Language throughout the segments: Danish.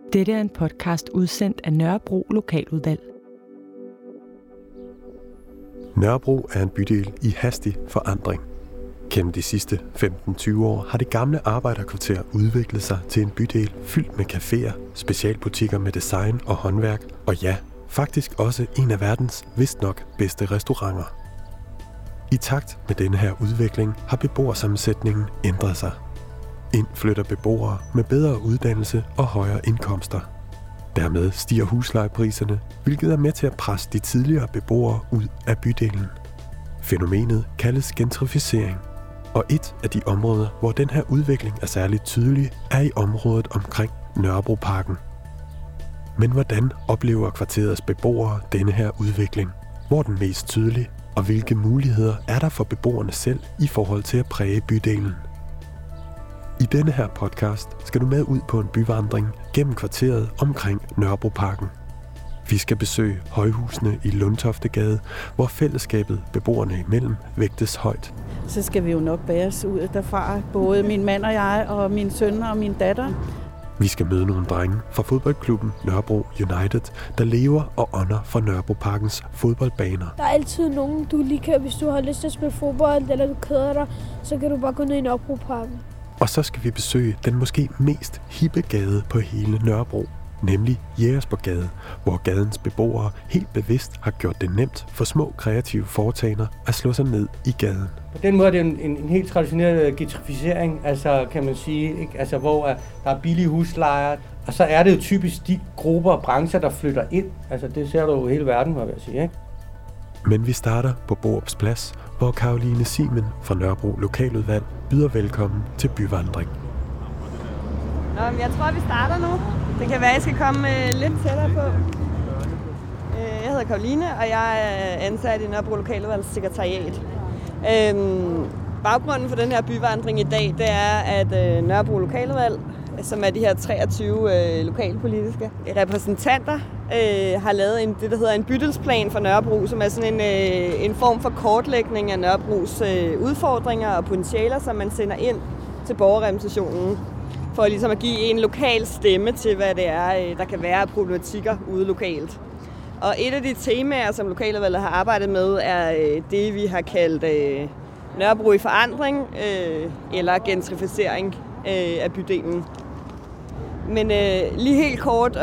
Dette er en podcast udsendt af Nørrebro Lokaludvalg. Nørrebro er en bydel i hastig forandring. Gennem de sidste 15-20 år har det gamle arbejderkvarter udviklet sig til en bydel fyldt med caféer, specialbutikker med design og håndværk, og ja, faktisk også en af verdens vist nok bedste restauranter. I takt med denne her udvikling har beboersammensætningen ændret sig. Ind flytter beboere med bedre uddannelse og højere indkomster. Dermed stiger huslejepriserne, hvilket er med til at presse de tidligere beboere ud af bydelen. Fænomenet kaldes gentrificering, og et af de områder, hvor den her udvikling er særligt tydelig, er i området omkring Nørrebroparken. Men hvordan oplever kvarterets beboere denne her udvikling? Hvor er den mest tydelig, og hvilke muligheder er der for beboerne selv i forhold til at præge bydelen? I denne her podcast skal du med ud på en byvandring gennem kvarteret omkring Nørrebroparken. Vi skal besøge højhusene i Lundtoftegade, hvor fællesskabet beboerne imellem vægtes højt. Så skal vi jo nok bæres ud derfra, både min mand og jeg, og min søn og min datter. Vi skal møde nogle drenge fra fodboldklubben Nørrebro United, der lever og ånder fra Nørrebroparkens fodboldbaner. Der er altid nogen, du lige kan, hvis du har lyst til at spille fodbold, eller du keder dig, så kan du bare gå ned i Nørrebroparken. Og så skal vi besøge den måske mest hippe gade på hele Nørrebro, nemlig Jægersborggade, hvor gadens beboere helt bevidst har gjort det nemt for små kreative foretagender at slå sig ned i gaden. På den måde er det en helt traditionel gentrificering, altså kan man sige, ikke? Altså, hvor der er billige huslejer, og så er det jo typisk de grupper og brancher, der flytter ind. Altså det ser du jo hele verden, må jeg sige, ikke? Men vi starter på Borups Plads, hvor Caroline Simen fra Nørrebro Lokaludvalg byder velkommen til byvandring. Jeg tror, vi starter nu. Det kan være, at jeg skal komme lidt tættere på. Jeg hedder Caroline, og jeg er ansat i Nørrebro Lokaludvalgs sekretariat. Baggrunden for den her byvandring i dag, det er, at Nørrebro Lokaludvalg, som er de her 23 lokalpolitiske repræsentanter, har lavet det, der hedder en bydelsplan for Nørrebro, som er sådan en form for kortlægning af Nørrebros udfordringer og potentialer, som man sender ind til borgerrepræsentationen, for ligesom at give en lokal stemme til, hvad det er, der kan være problematikker ude lokalt. Og et af de temaer, som lokaludvalget har arbejdet med, er det, vi har kaldt Nørrebro i forandring, eller gentrificering af bydelen. Men lige helt om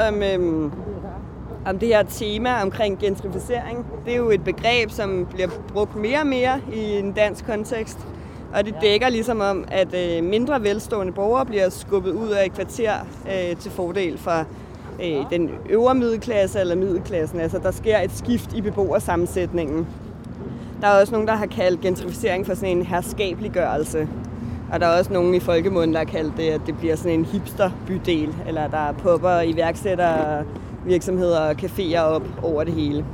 det her tema omkring gentrificering. Det er jo et begreb, som bliver brugt mere og mere i en dansk kontekst. Og det dækker ligesom om, at mindre velstående borgere bliver skubbet ud af et kvarter til fordel for den øvre middelklasse eller middelklassen. Altså der sker et skift i beboersammensætningen. Der er også nogen, der har kaldt gentrificering for sådan en herskabeliggørelse. Og der er også nogen i folkemunden, der har kaldt det, at det bliver sådan en hipsterbydel, eller der popper iværksættere, virksomheder og caféer op over det hele.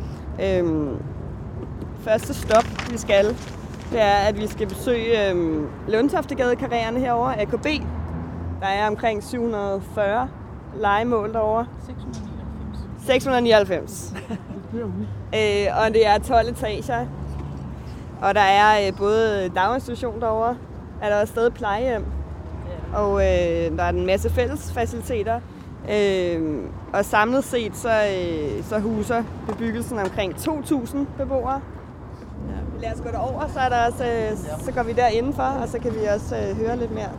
Første stop, vi skal, det er, at vi skal besøge Lundtoftegade-karriererne herovre, AKB. Der er omkring 740 lejemål derovre. 699. Og det er 12 etager. Og der er både daginstitution derovre, er der også stadig plejehjem, og der er en masse fælles faciliteter. Og samlet set så huser bebyggelsen omkring 2.000 beboere. Lad os gå derover, så er der også, så går vi der indenfor, og så kan vi også høre lidt mere.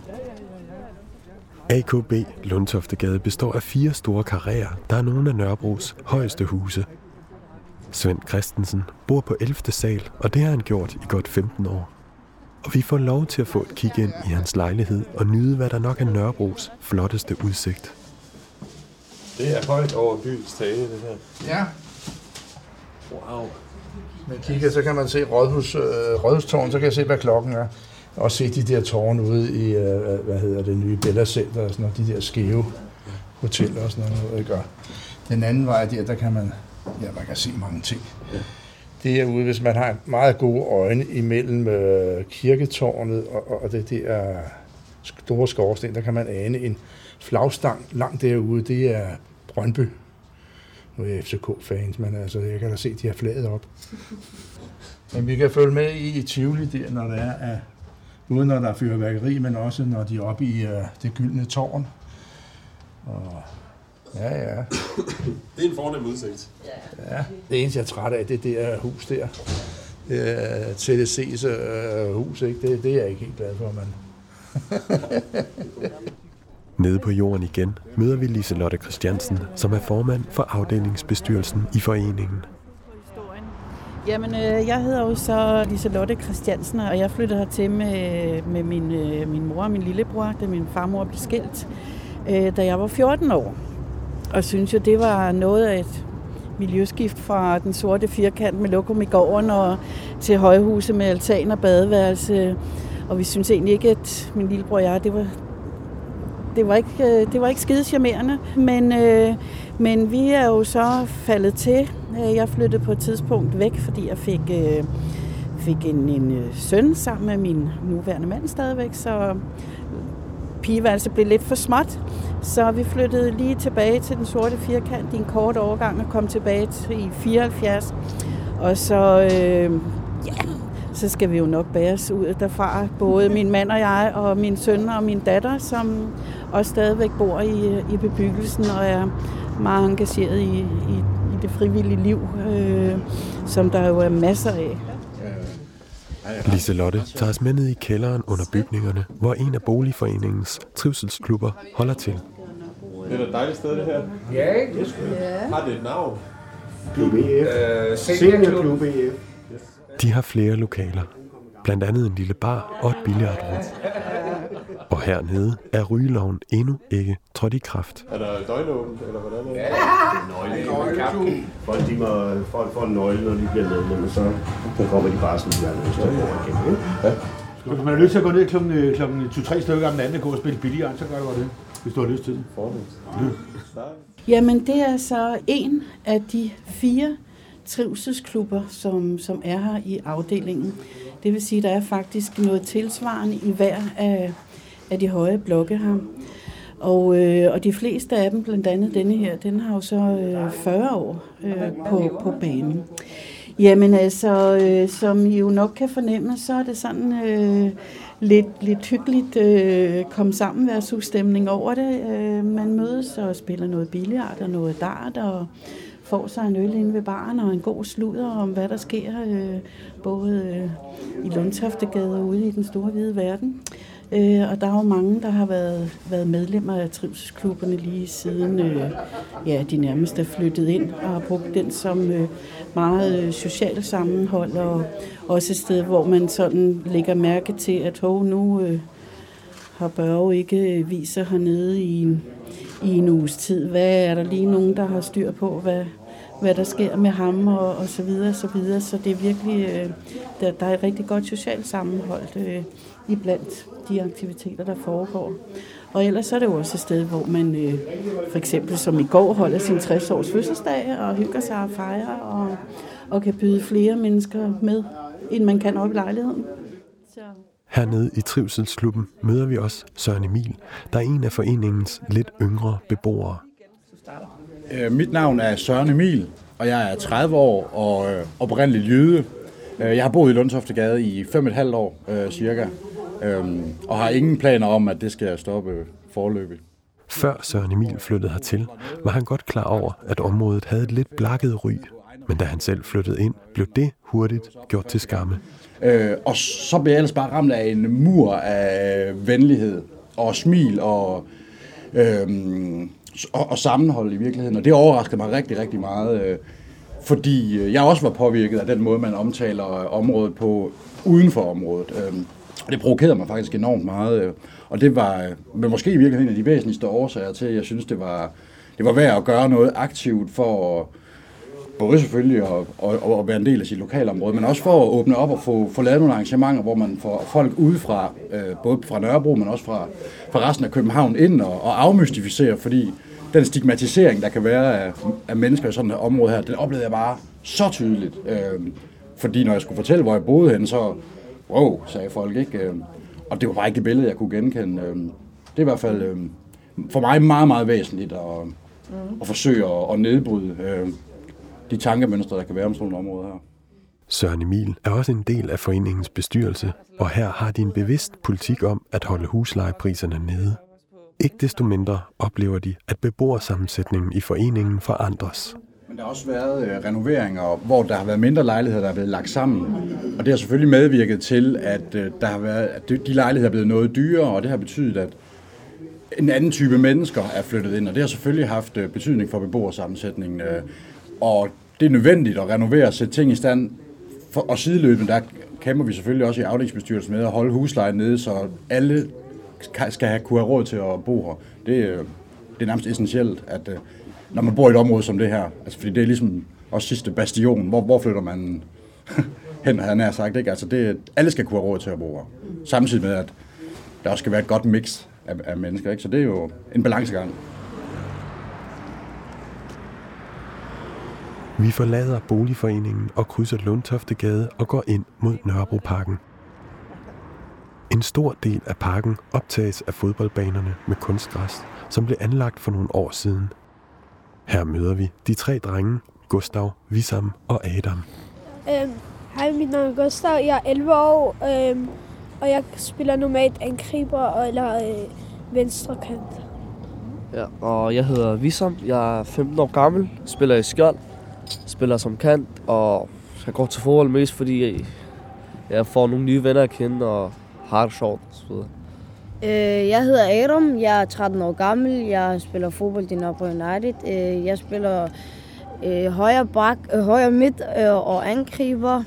AKB Lundtoftegade består af 4 store karréer, der er nogle af Nørrebros højeste huse. Svend Christensen bor på 11. sal, og det har han gjort i godt 15 år. Og vi får lov til at få et kig ind i hans lejlighed og nyde, hvad der nok er Nørrebros flotteste udsigt. Det er højt over byens tage, det her. Ja. Wow. Man kigger, så kan man se Rådhustårn, så kan jeg se, hvad klokken er. Og se de der tårne ude i, det nye Bella Center og sådan noget, de der skæve hoteller og sådan noget, gør. Den anden vej der kan man kan se mange ting. Ja. Det er ude, hvis man har meget gode øjne imellem kirketårnet og det der store skorsten, der kan man ane en flagstang langt derude. Det er Brøndby. Nu er jeg FCK-fans, men altså, jeg kan da se, de har flaget op. Men vi kan følge med i Tivoli der, når der er, uden når der er fyrværkeri, men også når de er oppe i det gyldne tårn. Og ja. Det er en fornem udsigt. Ja, det eneste, jeg er træt af, det er det der hus der. TDC's hus, ikke? Det er jeg ikke helt glad for, mand. Nede på jorden igen møder vi Liselotte Christiansen, som er formand for afdelingsbestyrelsen i foreningen. Jamen, jeg hedder jo så Liselotte Christiansen, og jeg flyttede hertil med min mor og min lillebror, da min farmor blev skilt, da jeg var 14 år. Og synes jo, det var noget af et miljøskift fra den sorte firkant med lokum i gården og til højhuse med altan og badeværelse. Og vi synes egentlig ikke, at min lillebror og jeg, det var ikke skide charmerende. Men vi er jo så faldet til. Jeg flyttede på et tidspunkt væk, fordi jeg fik en søn sammen med min nuværende mand stadigvæk, så pigeværelset blev lidt for småt. Så vi flyttede lige tilbage til den sorte firkant i en kort overgang og kom tilbage i 74. Og så, så skal vi jo nok bæres ud derfra. Både min mand og jeg og min søn og min datter, som også stadigvæk bor i bebyggelsen og er meget engageret i det frivillige liv, som der jo er masser af. Liselotte tager os med ned i kælderen under bygningerne, hvor en af boligforeningens trivselsklubber holder til. Det er et dejligt sted, det her. Ja, ikke? Det skulle Har det et navn? Klub EF. Seniorklub EF. De har flere lokaler, blandt andet en lille bar og et billiardrum. Og hernede er rygeloven endnu ikke trådt i kraft. Er der døgnåbent, eller hvordan er det? Ja, nøgle. Folk får en nøgle, når de bliver medlemmer, så kommer de bare sådan her løs til at gå igennem. Ja. Hvis man har lyst til at gå ned klokken 2-3 stykker om natten og gå og spille billiard, så gør du det, hvis du har lyst til det. Jamen, det er så en af de 4 trivselsklubber, som er her i afdelingen. Det vil sige, at der er faktisk noget tilsvarende i hver af de høje blokke her. Og de fleste af dem, blandt andet denne her, den har jo så 40 år på banen. Jamen altså, som I jo nok kan fornemme, så er det sådan lidt hyggeligt kom sammen værtshustemning over det. Man mødes og spiller noget billiard og noget dart og får sig en øl inde ved baren og en god sludder om, hvad der sker, både i Lundtoftegade og ude i den store hvide verden. Og der er jo mange, der har været medlemmer af trivselsklubberne lige siden de nærmest er flyttet ind og har brugt den som meget socialt sammenhold og også et sted, hvor man sådan lægger mærke til, at nu har Børge ikke viser hernede i en uges tid. Hvad er der lige nogen, der har styr på, hvad der sker med ham og så videre, så videre. Så det er virkelig, der er et rigtig godt socialt sammenhold iblandt de aktiviteter, der foregår. Og ellers er det jo også et sted, hvor man for eksempel som i går holder sin 60-års fødselsdag og hygger sig og fejrer og kan byde flere mennesker med, end man kan op i lejligheden. Så. Hernede i trivselsklubben møder vi også Søren Emil, der er en af foreningens lidt yngre beboere. Mit navn er Søren Emil, og jeg er 30 år og oprindeligt jyde. Jeg har boet i Lundtoftegade i 5,5 år cirka, og har ingen planer om, at det skal stoppe foreløbigt. Før Søren Emil flyttede hertil, var han godt klar over, at området havde et lidt blakket ry. Men da han selv flyttede ind, blev det hurtigt gjort til skamme. Og så blev jeg ellers bare ramt af en mur af venlighed og smil og sammenhold i virkeligheden. Og det overraskede mig rigtig, rigtig meget, fordi jeg også var påvirket af den måde, man omtaler området på uden for området. Og det provokerede mig faktisk enormt meget. Og det var måske i virkeligheden en af de væsentligste årsager til, at jeg synes, det var værd at gøre noget aktivt for både selvfølgelig at være en del af sit lokalområde, men også for at åbne op og få lavet nogle arrangementer, hvor man får folk udefra, både fra Nørrebro, men også fra resten af København ind og afmystificere, fordi den stigmatisering, der kan være af mennesker i sådan et område her, den oplevede jeg bare så tydeligt. Fordi når jeg skulle fortælle, hvor jeg boede henne, så wow, sagde folk ikke. Og det var bare ikke det billede, jeg kunne genkende. Det er i hvert fald for mig meget, meget væsentligt at forsøge at nedbryde de tankemønstre, der kan være om sådan nogle områder her. Søren Emil er også en del af foreningens bestyrelse, og her har de en bevidst politik om at holde huslejepriserne nede. Ikke desto mindre oplever de, at beboersammensætningen i foreningen forandres. Men der har også været renoveringer, hvor der har været mindre lejligheder, der er blevet lagt sammen. Og det har selvfølgelig medvirket til, at de lejligheder er blevet noget dyrere, og det har betydet, at en anden type mennesker er flyttet ind. Og det har selvfølgelig haft betydning for beboersammensætningen. Og det er nødvendigt at renovere og sætte ting i stand. Og sideløbende, der kæmper vi selvfølgelig også i afdelingsbestyrelsen med at holde huslejen nede, så alle skal kunne have råd til at bo her. Det er nærmest essentielt, at når man bor i et område som det her, altså fordi det er ligesom også sidste bastion, hvor flytter man hen, havde jeg nær sagt, ikke? Altså alle skal kunne have råd til at bo her. Samtidig med, at der også skal være et godt mix af mennesker, ikke? Så det er jo en balancegang. Vi forlader boligforeningen og krydser Lundtoftegade og går ind mod Nørrebroparken. En stor del af parken optages af fodboldbanerne med kunstgræs, som blev anlagt for nogle år siden. Her møder vi de 3 drenge, Gustav, Wissam og Adam. Hej, mit navn er Gustav, jeg er 11 år, og jeg spiller normalt angriber eller venstrekant. Ja, og jeg hedder Wissam, jeg er 15 år gammel, spiller i skjold, spiller som kant, og jeg går til fodbold mest, fordi jeg får nogle nye venner at kende og har det sjovt osv. Jeg hedder Adam, jeg er 13 år gammel, jeg spiller fodbold i Nørrebro United. Jeg spiller højre midt og angriber.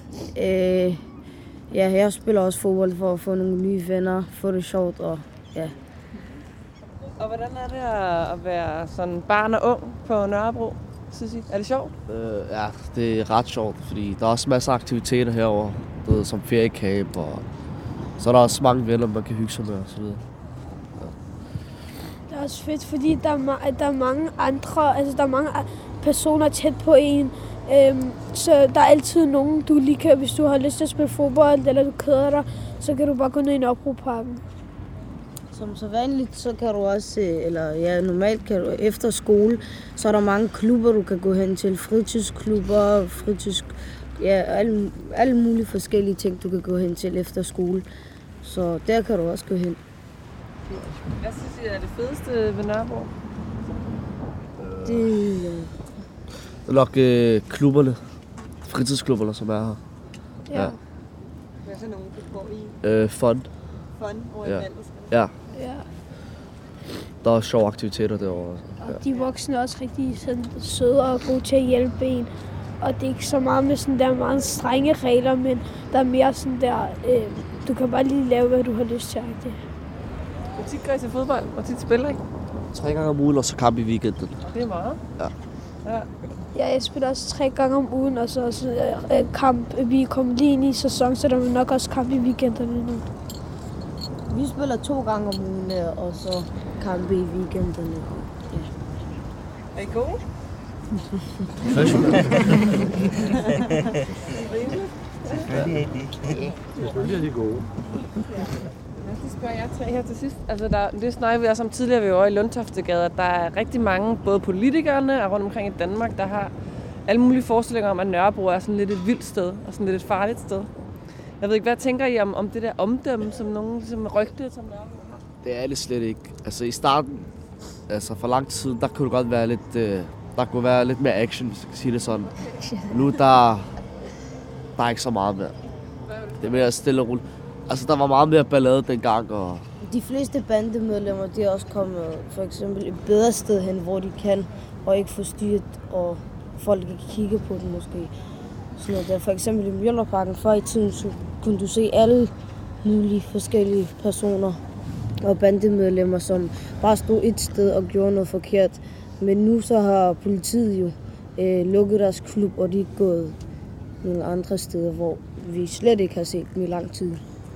Jeg spiller også fodbold for at få nogle nye venner, få det sjovt og ja. Og hvordan er det at være sådan barn og ung på Nørrebro, synes I? Er det sjovt? Ja, det er ret sjovt, fordi der er også masser af aktiviteter herovre, som feriecamp, og så er der også mange venner, man kan hygge sig med osv. Ja. Det er også fedt, fordi der er mange andre, altså der er mange personer tæt på en. Så der er altid nogen, du lige kan, hvis du har lyst til at spille fodbold, eller du keder dig, så kan du bare gå ned i Nørrebroparken. Som så vanligt, så kan du også, normalt kan du efter skole, så er der mange klubber, du kan gå hen til. Fritidsklubber, alle mulige forskellige ting, du kan gå hen til efter skole. Så der kan du også gå hen. Hvad synes I er det fedeste ved Nørrebro? Det er nok klubberne, fritidsklubberne, som er her. Ja. Hvad er så nogle, du går i? Fun. Fun over i vandet? Ja. Der er sjove aktiviteter derovre. Og de voksne er også rigtig sådan, søde og gode til at hjælpe en. Og det er ikke så meget med sådan der meget strenge regler, men der er mere sådan der, du kan bare lige lave, hvad du har lyst til. Hvor tit går I til fodbold? Hvor tit spiller I? 3 gange om ugen, og så kamp i weekenden. Det er meget. Ja. Ja, jeg spiller også 3 gange om ugen, og så også kamp. Vi kommer lige ind i sæson, så der er nok også kamp i weekenderne nu. Vi spiller 2 gange om ugen, og så kampe i weekenderne. Ja. Er I gode? Selvfølgelig er de gode. Jeg skal spørge jer 3 her til sidst. Altså, det snakker vi også om tidligere ved over i Lundtoftegade, at der er rigtig mange, både politikerne og rundt omkring i Danmark, der har alle mulige forestillinger om, at Nørrebro er sådan lidt et vildt sted, og sådan lidt et farligt sted. Jeg ved ikke, hvad tænker I om det der omdømme, som nogen ligesom rygtede som Nørrebro? Det er det slet ikke. Altså i starten, altså for lang tid, der kunne det godt være lidt, der kunne være lidt mere action, hvis jeg kan sige det sådan. Nu der er ikke så meget mere. Det er mere stille og roligt. Altså der var meget mere ballade dengang. Og de fleste bandemedlemmer, de er også kommet for eksempel et bedre sted hen, hvor de kan og ikke forstyrret, og folk ikke kigge på dem måske. Sådan noget der. For eksempel i Mjølnerparken før i tiden, så kunne du se alle mulige forskellige personer og bandemedlemmer, som bare stod et sted og gjorde noget forkert. Men nu så har politiet jo lukket deres klub, og de er gået nogle andre steder, hvor vi slet ikke har set dem i lang tid.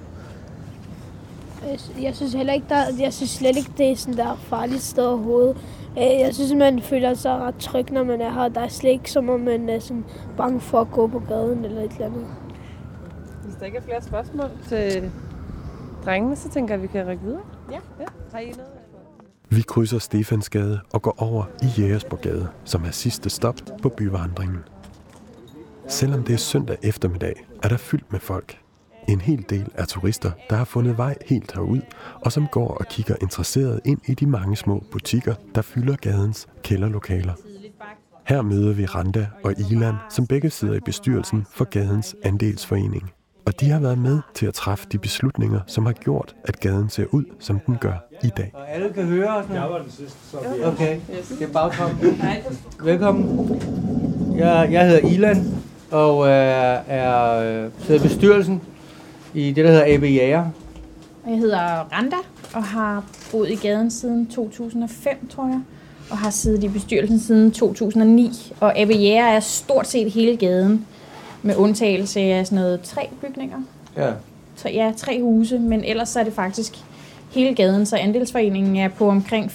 Jeg synes slet ikke, det er sådan der farligt sted overhovedet. Jeg synes, man føler sig ret tryg, når man er her. Der er slet ikke, som om man er sådan bange for at gå på gaden eller et eller andet. Hvis der ikke er flere spørgsmål til drengene, så tænker jeg, at vi kan rykke videre. Ja. Har I noget? Vi krydser Stefansgade og går over i Jægersborggade, som er sidste stop på byvandringen. Selvom det er søndag eftermiddag, er der fyldt med folk. En hel del af turister, der har fundet vej helt herud, og som går og kigger interesseret ind i de mange små butikker, der fylder gadens kælderlokaler. Her møder vi Randa og Ilan, som begge sidder i bestyrelsen for gadens andelsforening. Og de har været med til at træffe de beslutninger, som har gjort, at gaden ser ud, som den gør i dag. Og alle kan høre os nu? Jeg var den sidste, så okay, det er bagkommen. Velkommen. Jeg hedder Ilan, og sidder i bestyrelsen i det, der hedder AB Jæger. Jeg hedder Randa, og har boet i gaden siden 2005, tror jeg. Og har siddet i bestyrelsen siden 2009. Og AB Jæger er stort set hele gaden, med undtagelse af sådan noget 3 bygninger. Ja. 3 huse, men ellers er det faktisk hele gaden, så andelsforeningen er på omkring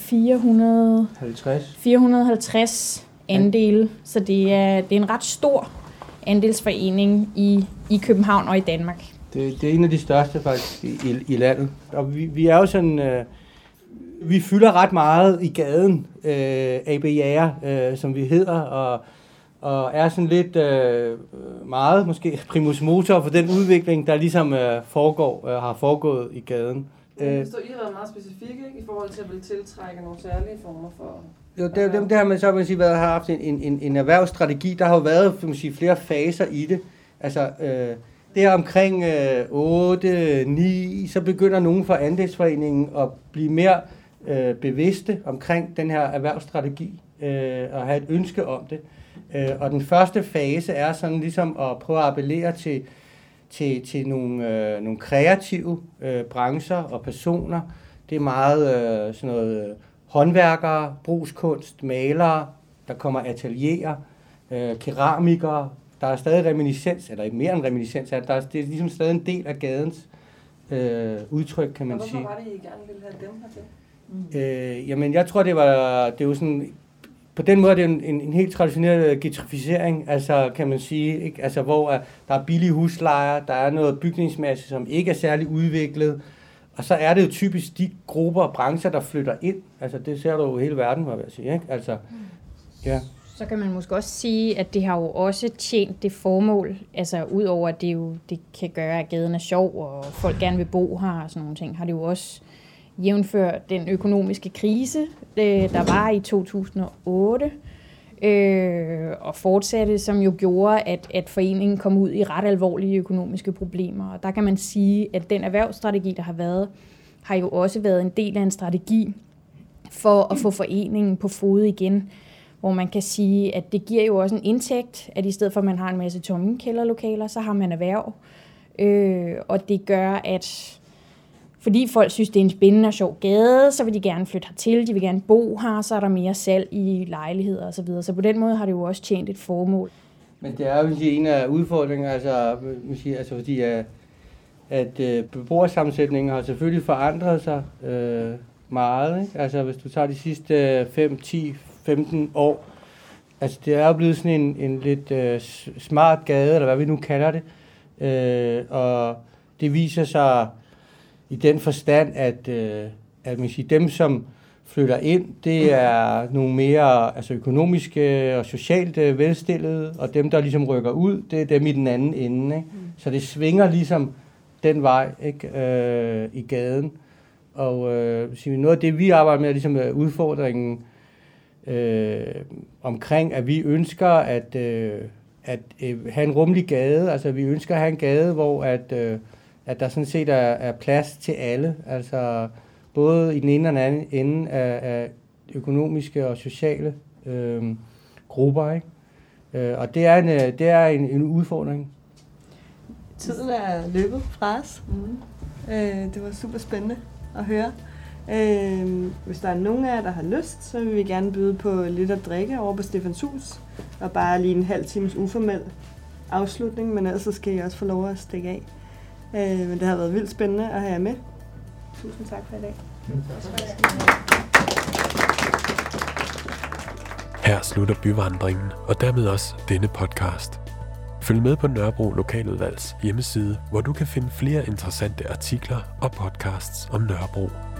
450 andele, så det er en ret stor andelsforening i København og i Danmark. Det er en af de største faktisk i landet, og vi er jo sådan, vi fylder ret meget i gaden, AB Jæger, som vi hedder, og er sådan lidt meget måske primus motor for den udvikling, der ligesom har foregået i gaden. Jeg forstår, I har været meget specifikke, ikke, i forhold til at ville tiltrække nogle særlige former for... Jo, det har man så har haft en erhvervsstrategi, der har jo været flere faser i det. Altså, det er omkring 8-9, så begynder nogen fra andelsforeningen at blive mere bevidste omkring den her erhvervsstrategi og have et ønske om det. Og den første fase er sådan ligesom at prøve at appellere til nogle kreative brancher og personer. Det er meget sådan noget håndværkere, brugskunst, malere, der kommer atelierer, keramikere. Der er stadig reminiscens, eller mere end reminiscens, det er ligesom stadig en del af gadens udtryk, kan man sige. Hvorfor var det, I gerne ville have dem hertil? Jamen, jeg tror, det er jo sådan... På den måde er det en helt traditionel gentrificering, altså kan man sige, ikke? Altså hvor der er billige huslejer, der er noget bygningsmasse, som ikke er særlig udviklet, og så er det jo typisk de grupper og brancher, der flytter ind. Altså det ser du jo hele verden, må jeg sige, ikke? Altså, ja. Så kan man måske også sige, at det har jo også tjent det formål, altså udover at det kan gøre, at gaden er sjov, og folk gerne vil bo her og sådan nogle ting, har det jo også jævnført den økonomiske krise, der var i 2008, og fortsatte, som jo gjorde, at foreningen kom ud i ret alvorlige økonomiske problemer. Og der kan man sige, at den erhvervsstrategi, der har været, har jo også været en del af en strategi for at få foreningen på fod igen, hvor man kan sige, at det giver jo også en indtægt, at i stedet for, at man har en masse tomme kælderlokaler, så har man erhverv. Og det gør, at fordi folk synes, det er en spændende og sjov gade, så vil de gerne flytte hertil, de vil gerne bo her, så er der mere salg i lejligheder osv. Så på den måde har det jo også tjent et formål. Men det er jo en af udfordringerne, altså fordi at beboersammensætningen har selvfølgelig forandret sig meget. Ikke? Altså hvis du tager de sidste 5, 10, 15 år, altså det er jo blevet sådan en lidt smart gade, eller hvad vi nu kalder det. Og det viser sig i den forstand, at man siger, dem, som flytter ind, det er nogle mere økonomiske og socialt velstillede, og dem, der ligesom rykker ud, det er dem i den anden ende. Ikke? Så det svinger ligesom den vej, ikke, i gaden. Og noget af det, vi arbejder med, er ligesom udfordringen omkring, at vi ønsker at have en rummelig gade. Altså vi ønsker at have en gade, hvor at der sådan set er plads til alle, altså både i den ene og den anden ende af økonomiske og sociale grupper, ikke? Og det er en udfordring. Tiden er løbet fra os. Det var super spændende at høre. Hvis der er nogen af jer, der har lyst, så vil vi gerne byde på lidt at drikke over på Stefanshus, og bare lige en halv times uformel afslutning, men ellers så skal I også få lov at stikke af. Men det har været vildt spændende at have jer med. Tusind tak for i dag. Her slutter byvandringen, og dermed også denne podcast. Følg med på Nørrebro Lokaludvalgs hjemmeside, hvor du kan finde flere interessante artikler og podcasts om Nørrebro.